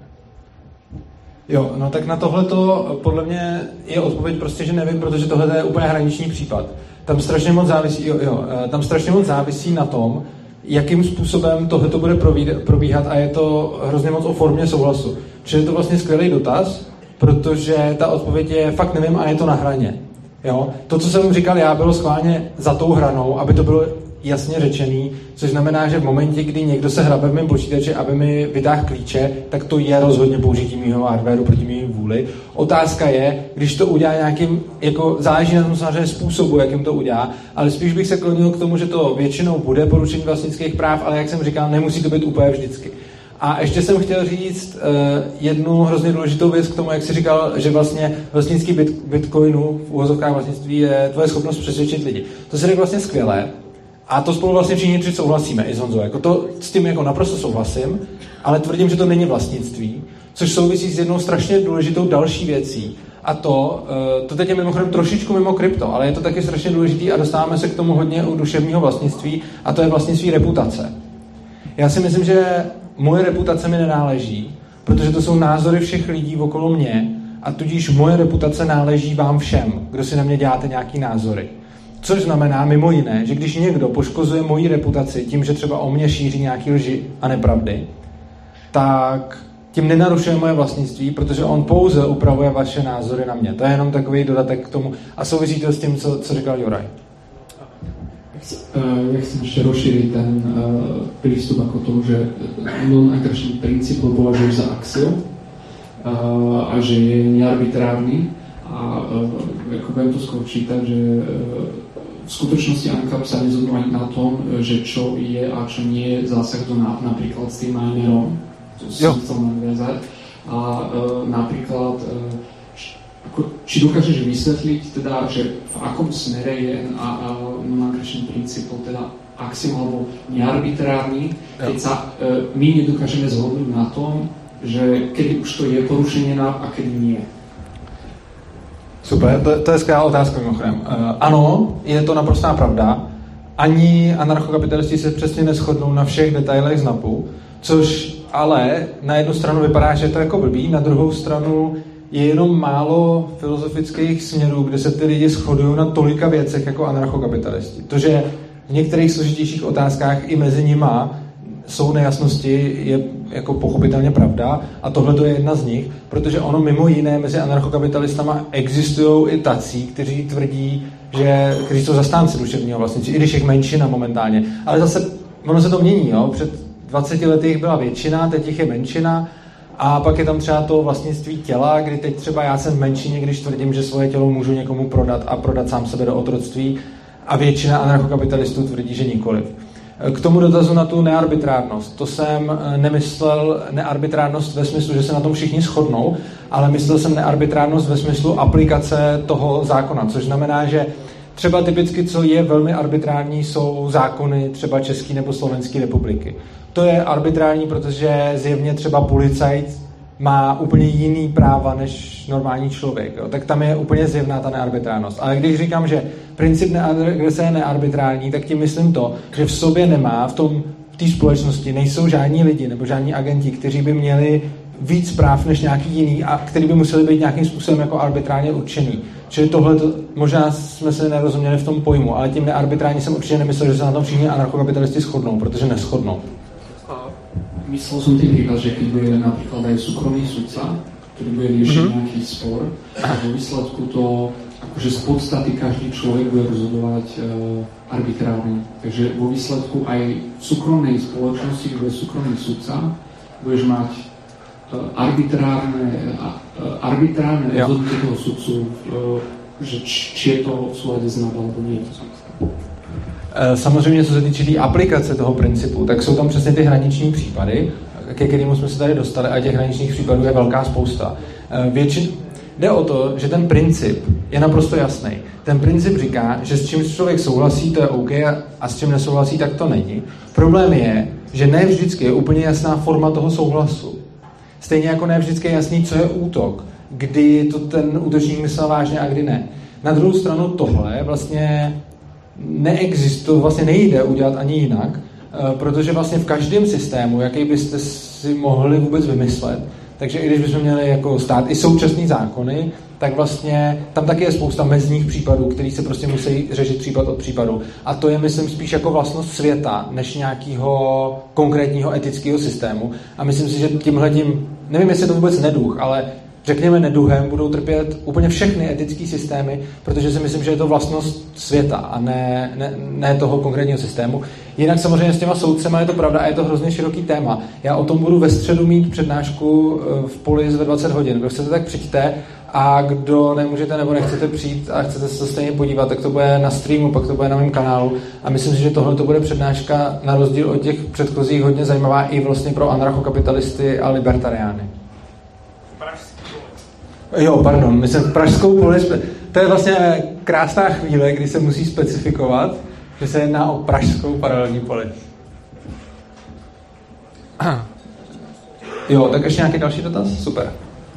Jo, no tak na tohleto podle mě je odpověď prostě, že nevím, protože tohle je úplně hraniční případ. Tam strašně moc závisí, jo, jo, tam strašně moc závisí na tom, jakým způsobem tohleto bude probíhat, a je to hrozně moc o formě souhlasu. Čili je to vlastně skvělý dotaz, protože ta odpověď je fakt nevím a je to na hraně. Jo? To, co jsem říkal já, bylo schválně za tou hranou, aby to bylo jasně řečený, což znamená, že v momentě, kdy někdo se hrabe v mém počítači, aby mi vytáhl klíče, tak to je rozhodně použití mýho hardwareu proti mým vůli. Otázka je, když to udělá nějakým, jako záleží na tom samozřejmě způsobu, jakým to udělá, ale spíš bych se klonil k tomu, že to většinou bude porušení vlastnických práv, ale jak jsem říkal, nemusí to být úplně vždycky. A ještě jsem chtěl říct uh, jednu hrozně důležitou věc k tomu, jak jsi říkal, že vlastně vlastnický bit, bitcoinu v uvozovkách vlastnictví je tvoje schopnost přesvědčit lidi. To se řekl vlastně skvěle. A to spolu vlastně všichni tři souhlasíme, i s Honzou. Jako to, s tím jako naprosto souhlasím, ale tvrdím, že to není vlastnictví, což souvisí s jednou strašně důležitou další věcí. A to, to teď je mimochodem trošičku mimo krypto, ale je to taky strašně důležitý a dostáváme se k tomu hodně u duševního vlastnictví, a to je vlastnictví reputace. Já si myslím, že moje reputace mi nenáleží, protože to jsou názory všech lidí okolo mě a tudíž moje reputace náleží vám všem, kdo si na mě děláte nějaký názory. Což znamená mimo jiné, že když někdo poškozuje moji reputaci tím, že třeba o mě šíří nějaký lži a nepravdy, tak tím nenarušuje moje vlastnictví, protože on pouze upravuje vaše názory na mě. To je jenom takový dodatek k tomu a souvisí to s tím, co, co říkal Juraj. Ja chcem ešte rozšíriť ten uh, prístup ako to, že non-agression princíp považujú za axiom uh, a že je nearbitrárny a uh, ako budem to skôr čítať, že uh, v skutočnosti ANCAP sa nezhodnú ani na tom, že čo je a čo nie je zásah do nap- napríklad s tým minerom, to som chcel nadviazať a uh, napríklad uh, či dokážeš vysvetliť, teda, že v akom smere je non-agression princíp teda axiom alebo nearbitrárny, keď sa e, my nedokážeme zhodnúť na tom, že kedy už to je porušenie a kedy nie. Super, to, to je skvělá otázka mimochodem. Uh, ano, je to naprostá pravda. Ani anarchokapitalisti se přesně neshodnou na všech detailech z NAPu, což ale na jednu stranu vypadá, že je to jako blbý, na druhou stranu je jenom málo filozofických směrů, kde se ty lidi shodují na tolika věcech jako anarchokapitalisti. To, že v některých složitějších otázkách i mezi nima jsou nejasnosti, je jako pochopitelně pravda a tohle to je jedna z nich, protože ono mimo jiné mezi anarchokapitalistama existují i tací, kteří tvrdí, že kteří jsou zastánci duševního vlastnictví, i když jich menšina momentálně. Ale zase ono se to mění, jo? Před dvaceti lety jich byla většina, teď jich je menšina. A pak je tam třeba to vlastnictví těla, kdy teď třeba já jsem v menšině, když tvrdím, že svoje tělo můžu někomu prodat a prodat sám sebe do otroctví a většina anarchokapitalistů tvrdí, že nikoliv. K tomu dotazu na tu nearbitrárnost. To jsem nemyslel nearbitrárnost ve smyslu, že se na tom všichni shodnou, ale myslel jsem nearbitrárnost ve smyslu aplikace toho zákona, což znamená, že třeba typicky, co je velmi arbitrární, jsou zákony třeba České nebo Slovenské republiky. To je arbitrární, protože zjevně třeba policajt má úplně jiný práva než normální člověk. Jo. Tak tam je úplně zjevná ta nearbitrárnost. Ale když říkám, že princip neagrese je nearbitrální, tak tím myslím to, že v sobě nemá, v tom v té společnosti nejsou žádní lidi nebo žádní agenti, kteří by měli víc práv než nějaký jiný a který by museli být nějakým způsobem jako arbitrárně určený. Čili tohle, možná jsme se nerozuměli v tom pojmu, ale tím nearbitrárně jsem určitě nemyslel, že se na tom všichni anarchokapitalisti shodnou, protože neshodnou. Myslel som tým príklad, že keď bude napríklad aj súkromný sudca, ktorý bude riešiť mm-hmm. nejaký spor, a vo výsledku to, akože z podstaty každý človek bude rozhodovať e, arbitrárne. Takže vo výsledku aj v súkromnej spoločnosti, kde bude súkromný sudca, budeš mať e, arbitrárne, e, arbitrárne rozhodnutie toho sudcu, e, že či, či je to v súlade s NAP, alebo nie je to sudca. Samozřejmě, co se týče té aplikace toho principu, tak jsou tam přesně ty hraniční případy, ke kterému jsme se tady dostali, a těch hraničních případů je velká spousta. Většin... Jde o to, že ten princip je naprosto jasný. Ten princip říká, že s čím člověk souhlasí, to je OK, a s čím nesouhlasí, tak to není. Problém je, že ne vždycky je úplně jasná forma toho souhlasu. Stejně jako ne vždycky je jasný, co je útok, kdy to ten útočník myslel vážně a kdy ne. Na druhou stranu tohle vlastně neexistuje, vlastně nejde udělat ani jinak, protože vlastně v každém systému, jaký byste si mohli vůbec vymyslet, takže i když bychom měli jako stát i současný zákony, tak vlastně tam taky je spousta mezních případů, který se prostě musí řešit případ od případu. A to je, myslím, spíš jako vlastnost světa, než nějakého konkrétního etického systému. A myslím si, že tímhletím, nevím, jestli je to vůbec neduch, ale řekněme neduhem, budou trpět úplně všechny etické systémy, protože si myslím, že je to vlastnost světa a ne, ne, ne toho konkrétního systému. Jinak samozřejmě s těma soudcema je to pravda a je to hrozně široký téma. Já o tom budu ve středu mít přednášku v Polis ve dvacet hodin. Kdo chcete, tak přijďte, a kdo nemůžete nebo nechcete přijít a chcete se stejně podívat, tak to bude na streamu, pak to bude na mém kanálu. A myslím si, že tohle to bude přednáška na rozdíl od těch předchozích hodně zajímavá i vlastně pro anarchokapitalisty a libertariány. Jo, pardon, myslím Pražskou polis. To je vlastně krásná chvíle, kdy se musí specifikovat, že se jedná o Pražskou paralelní polis. Jo, tak ještě nějaký další dotaz? Super.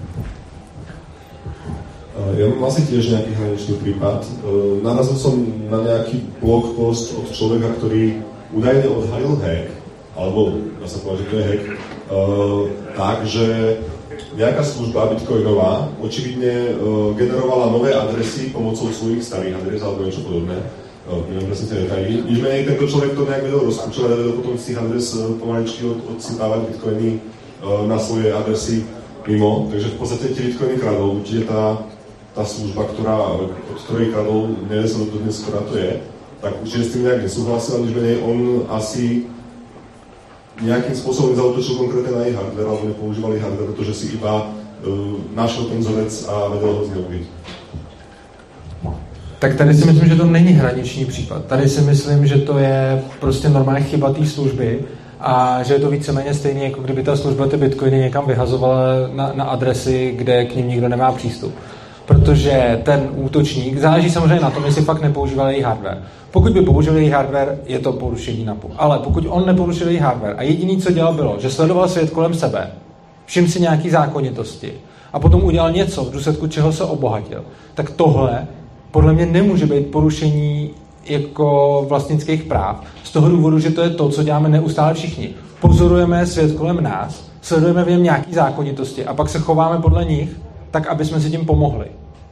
Ja mám asi tiež nejaký hraničný prípad. Narazil som na nejaký blog post od človeka, ktorý údajne odhalil hack, alebo dá sa povedať, že to je hack, tak, že nejaká služba bitcoinová očividne generovala nové adresy pomocou svojich starých adres alebo niečo podobné. Neviem presne tie detaily. Nič menej tento človek to nejak vedel rozkúčovať a vedel potom z tých adres pomaličky od, odsypávať bitcoiny na svoje adresy mimo. Takže v podstate tie bitcoiny kradol. Určite tá, tá služba, ktorá, od ktorej kradol, neviem sa do dnes, ktorá to je, tak určite s tým nejak nesúhlasil, nič menej on asi nejakým spôsobom zautočil konkrétne na jej hardware, alebo nepoužívali hardware, pretože si iba uh, našiel ten vzorec a vedel ho zneužiť. Tak tady si myslím, že to není hraniční případ. Tady si myslím, že to je prostě normální chyba té služby a že je to víceméně stejné, jako kdyby ta služba ty bitcoiny někam vyhazovala na, na adresy, kde k ním nikdo nemá přístup. Protože ten útočník, záleží samozřejmě na tom, jestli fakt nepoužíval její hardware. Pokud by použil její hardware, je to porušení NAPu. Ale pokud on neporušil její hardware a jediný, co dělal, bylo, že sledoval svět kolem sebe, všiml si nějaký zákonitosti a potom udělal něco, v důsledku čeho se obohatil, tak tohle podle mě nemůže být porušení jako vlastnických práv. Z toho důvodu, že to je to, co děláme neustále všichni. Pozorujeme svět kolem nás, sledujeme v něm nějaký zákonitosti a pak se chováme podle nich, tak aby jsme si tím pomohli.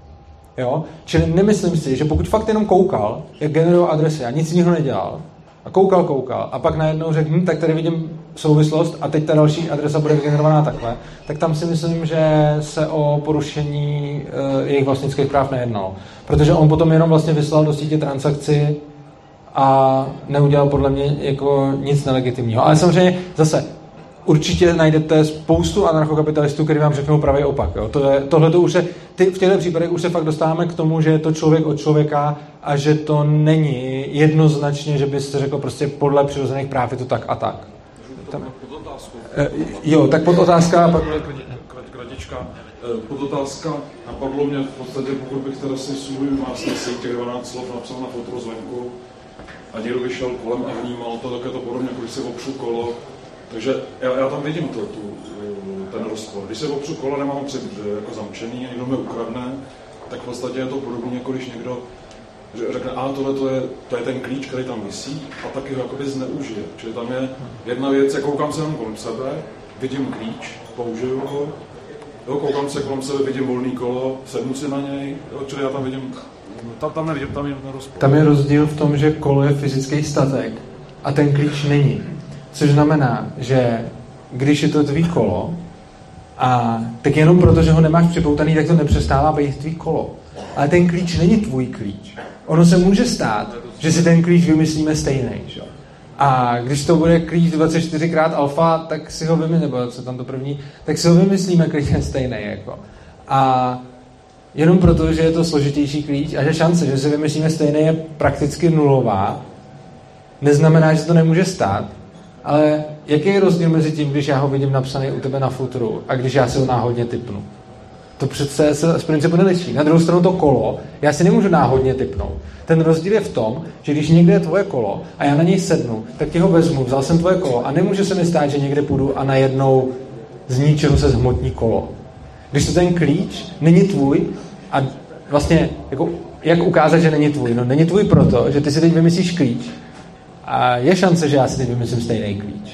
Jo? Čili nemyslím si, že pokud fakt jenom koukal, jak generují adresy a nic jiného nedělal, a koukal, koukal, a pak najednou řekl, hm, tak tady vidím souvislost a teď ta další adresa bude generovaná takhle, tak tam si myslím, že se o porušení e, jejich vlastnických práv nejednalo. Protože on potom jenom vlastně vyslal do sítě transakci a neudělal podle mě jako nic nelegitimního. Ale samozřejmě zase určitě najdete spoustu anarchokapitalistů, kteří vám řeknou pravý opak. Jo? To je, tohle to už se, ty, v těchto případech už se fakt dostáváme k tomu, že je to člověk od člověka a že to není jednoznačně, že byste řekl prostě podle přirozených práv je to tak a tak. Tam, e, jo, tak podotázka... Pak... Kratička. Podotázka napadlo mě v podstatě, pokud bych teda si svůj másný těch dvanáct slov napsal na fotru zvenku a někdo vyšel kolem a vnímal to, tak je to podobně, jako když si opřu kolo. Takže já, já tam vidím to, tu, ten rozpor. Když se opřu kolo, nemám pocit, že je jako zamčený a někdo mě ukradne, tak v podstatě je to podobně, jako když někdo řekne, a tohle to je, to je ten klíč, který tam visí a taky ho jakoby zneužije. Čili tam je jedna věc, já koukám se jenom kolem sebe, vidím klíč, použiju ho, jo, koukám se kolem sebe, vidím volný kolo, sednu si na něj, jo, čili já tam vidím, tam, tam nevidím, tam je rozpor. Tam je rozdíl v tom, že kolo je fyzický statek a ten klíč není. Což znamená, že když je to tvý kolo, a tak jenom proto, že ho nemáš připoutaný, tak to nepřestává být tvý kolo. Ale ten klíč není tvůj klíč. Ono se může stát, že si ten klíč vymyslíme stejný. Že? A když to bude klíč dvacet čtyři krát alfa, tak si ho vymyslíme, nebo co tam to první, tak si ho vymyslíme klíč stejný. Jako. A jenom proto, že je to složitější klíč a že šance, že si vymyslíme stejný, je prakticky nulová, neznamená, že to nemůže stát. Ale jaký je rozdíl mezi tím, když já ho vidím napsaný u tebe na futuru a když já si ho náhodně tipnu? To přece se z principu neliší. Na druhou stranu to kolo, já si nemůžu náhodně tipnout. Ten rozdíl je v tom, že když někde je tvoje kolo a já na něj sednu, tak ti ho vezmu, vzal jsem tvoje kolo a nemůže se mi stát, že někde půjdu a najednou z ničeho se zhmotní kolo. Když to ten klíč není tvůj a vlastně jako, jak ukázat, že není tvůj? No není tvůj proto, že ty si teď vymyslíš klíč, a je šance, že já si teď vymyslím stejný klíč.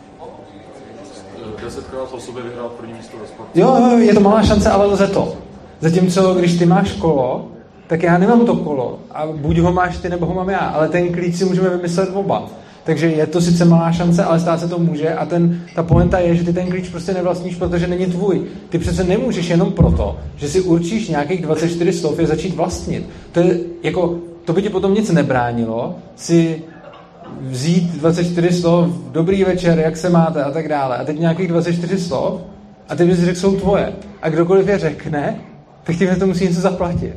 Desetkrát o sobě vyhrát první místo ve sportu. Jo, jo, je to malá šance, ale lze to. Zatímco, když ty máš kolo, tak já nemám to kolo. A buď ho máš ty, nebo ho mám já. Ale ten klíč si můžeme vymyslet oba. Takže je to sice malá šance, ale stát se to může. A ten, ta pointa je, že ty ten klíč prostě nevlastníš, protože není tvůj. Ty přece nemůžeš jenom proto, že si určíš nějakých dvacet čtyři slov je začít vlastnit. To je jako, to by ti potom nic nebránilo si vzít dvacet čtyři slov, dobrý večer, jak se máte a tak dále. A teď nějakých dvacet čtyři slov a ty bys řekl, jsou tvoje. A kdokoliv je řekne, tak tím to musí něco zaplatit.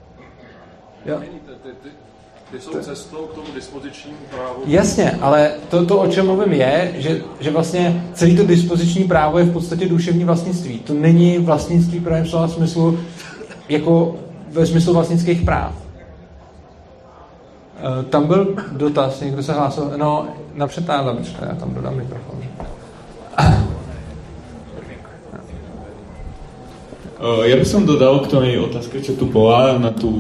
Jo. Ty, ty, ty jsou cestou k tomu dispozičnímu právu. Jasně, ale to, to o čem mluvím je, že, že vlastně celý to dispoziční právo je v podstatě duševní vlastnictví. To není vlastnictví v pravém slova smyslu jako ve smyslu vlastnických práv. Tam byl dotaz, někdo se hlásil, no napřed táhle, já tam dodám mikrofon. Ja by som dodal k tej otázke, čo tu bola, na tú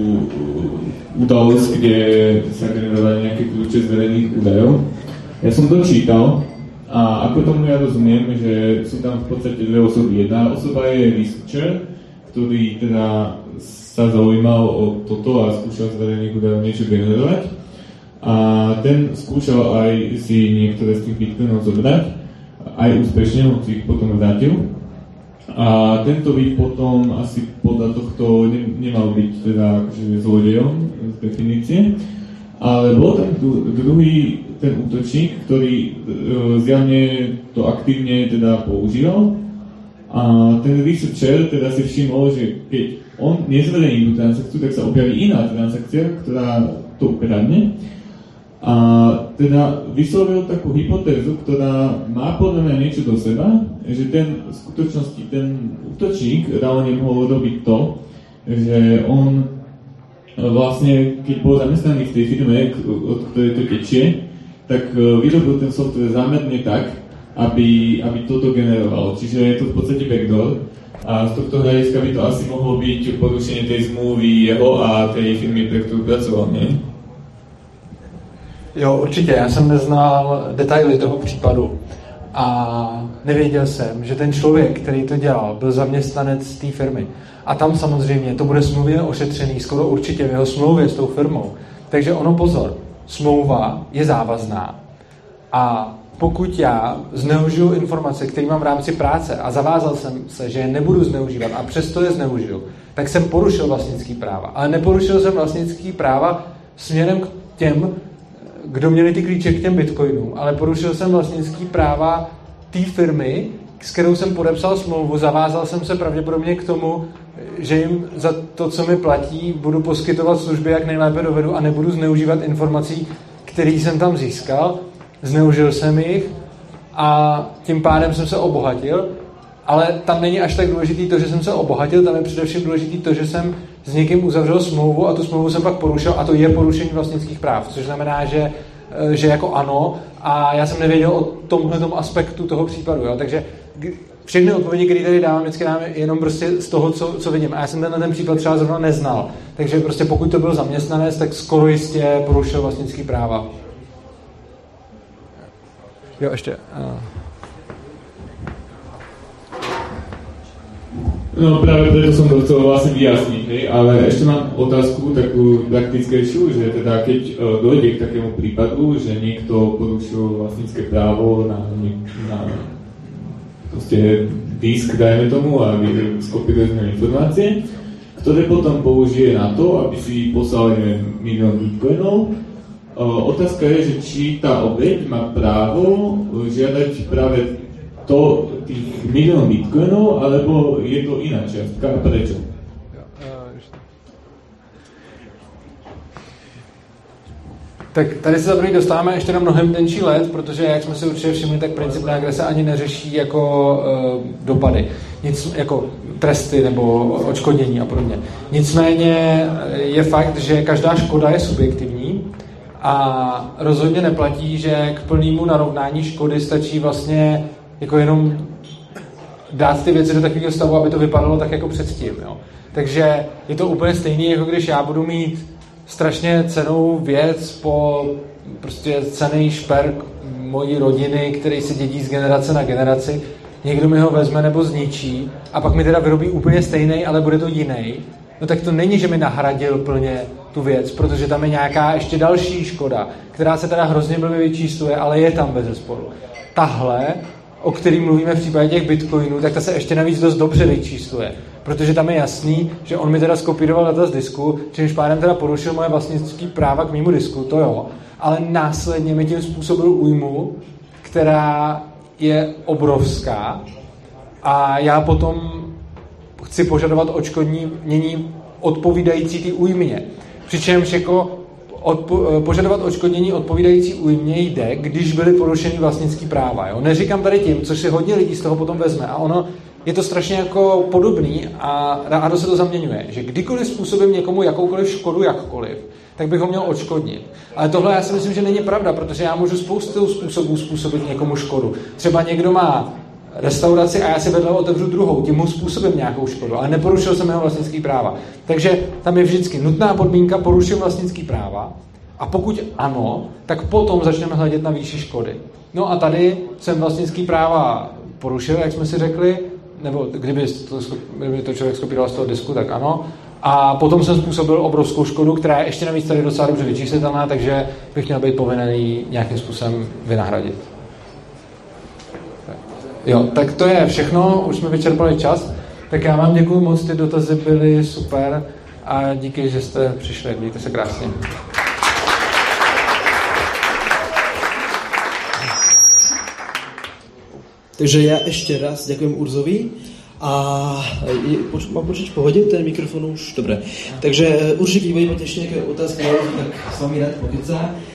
udalosť, kde sa generovali nejaké kľúče z verejných údajov. Ja som to čítal a A ako tomu ja rozumiem, že sú tam v podstate dve osoby. Jedna osoba je researcher, ktorý teda sa zaujímal o toto a skúšal z verejných údajov niečo generovať. A ten skúšal aj si niektoré z tých bitcoinov zobrať, aj úspešne, on si ich potom vrátil. A tento byt potom asi podľa tohto ne, nemal byť teda akože zlodejom z definície. Ale bol tam druhý ten útočník, ktorý e, zjavne to aktívne teda používal. A ten researcher teda si všimol, že keď on nezverejní tú transakciu, tak sa objaví iná transakcia, ktorá to ukradne. A teda vyslovil takú hypotézu, ktorá má podľa mňa niečo do seba, že ten v skutočnosti ten útočník reálne mohol robiť to, že on vlastne, keď bol zamestnaný v tej firme, od ktorej to tečie, tak vyrobil ten software zámerne tak, aby, aby toto generovalo. Čiže je to v podstate backdoor a z tohto hľadiska by to asi mohlo byť porušenie tej zmluvy jeho a tej firmy, pre ktorú pracoval, nie? Jo, určitě. Já jsem neznal detaily toho případu a nevěděl jsem, že ten člověk, který to dělal, byl zaměstnanec té firmy. A tam samozřejmě to bude smluvně ošetřený, skoro určitě v jeho smlouvě s tou firmou. Takže ono pozor, smlouva je závazná a pokud já zneužiju informace, které mám v rámci práce a zavázal jsem se, že je nebudu zneužívat a přesto je zneužiju, tak jsem porušil vlastnický práva. Ale neporušil jsem vlastnický práva směrem k těm, kdo měli ty klíče k těm bitcoinům, ale porušil jsem vlastnický práva té firmy, s kterou jsem podepsal smlouvu, zavázal jsem se pravděpodobně k tomu, že jim za to, co mi platí, budu poskytovat služby, jak nejlépe dovedu a nebudu zneužívat informací, které jsem tam získal. Zneužil jsem jich a tím pádem jsem se obohatil, ale tam není až tak důležitý to, že jsem se obohatil, tam je především důležitý to, že jsem s někým uzavřel smlouvu a tu smlouvu jsem pak porušil a to je porušení vlastnických práv, což znamená, že, že jako ano a já jsem nevěděl o tomhletom aspektu toho případu, jo? Takže všechny odpovědi, které tady dávám, vždycky dám jenom prostě z toho, co, co vidím. A já jsem tenhle ten případ třeba zrovna neznal. Takže prostě pokud to byl zaměstnanec, tak skoro jistě porušil vlastnický práva. Jo, ještě. Uh... No práve preto som to chcel vlastne vyjasniť, hej, ale ešte mám otázku takú praktickejšiu, že teda keď uh, dojde k takému prípadu, že niekto porušil vlastnícke právo na, na proste disk, dajme tomu, a skopíruje z neho informácie, ktoré potom použije na to, aby si poslal neviem, milión bitcoinov. Uh, otázka je, že či tá obeť má právo žiadať práve to tých milión bitcoinov, alebo je to iná čiastka a prečo? Tak tady se za první dostáváme ještě na mnohem tenčí led, protože jak jsme si určitě všimli, tak princip agrese ani neřeší jako uh, dopady, nic jako tresty nebo odškodnění a podobně. Nicméně je fakt, že každá škoda je subjektivní a rozhodně neplatí, že k plnému narovnání škody stačí vlastně jako jenom dát ty věci do takového stavu, aby to vypadalo tak jako předtím. Jo. Takže je to úplně stejný, jako když já budu mít strašně cennou věc po prostě cenný šperk mojí rodiny, který se dědí z generace na generaci, někdo mi ho vezme nebo zničí a pak mi teda vyrobí úplně stejný, ale bude to jiný. No tak to není, že mi nahradil plně tu věc, protože tam je nějaká ještě další škoda, která se teda hrozně blbě vyčísluje, ale je tam bezesporu. Tahle, o který mluvíme v případě těch bitcoinů, tak ta se ještě navíc dost dobře vyčísluje. Protože tam je jasný, že on mi teda skopíroval data z disku, čímž pádem teda porušil moje vlastnické práva k mému disku, to jo. Ale následně mi tím způsobil újmu, která je obrovská a já potom chci požadovat odškodnění odpovídající ty újmě. Přičemž jako Odpo- požadovat odškodnění odpovídající újmě jde, když byly porušeny vlastnické práva. Jo? Neříkám tady tím, což si hodně lidí z toho potom vezme. A ono je to strašně jako podobný a rádo se to zaměňuje, že kdykoliv způsobím někomu jakoukoliv škodu jakkoliv, tak bych ho měl odškodnit. Ale tohle já si myslím, že není pravda, protože já můžu spoustu způsobů způsobit někomu škodu. Třeba někdo má restauraci a já si vedle otevřu druhou, tím mu způsobím nějakou škodu, ale neporušil jsem jeho vlastnický práva. Takže tam je vždycky nutná podmínka, poruším vlastnický práva A pokud ano, tak potom začneme hledět na výši škody. No a tady jsem vlastnický práva porušil, jak jsme si řekli, nebo kdyby to, kdyby to člověk skopíroval z toho disku, tak ano. A potom jsem způsobil obrovskou škodu, která je ještě navíc tady docela dobře vyčíslitelná, takže bych měl být povinný nějakým způsobem vynahradit. Jo, tak to je všechno, už jsme vyčerpali čas. Tak já vám děkuji moc, ty dotazy byly super a díky, že jste přišli. Mějte se krásně. Takže ja ešte raz ďakujem Urzovi a je, poč, mám počuť v pohode, ten mikrofon už, dobre. Takže určite, keď budete ešte nejaké otázky, tak s vami rád pokecá.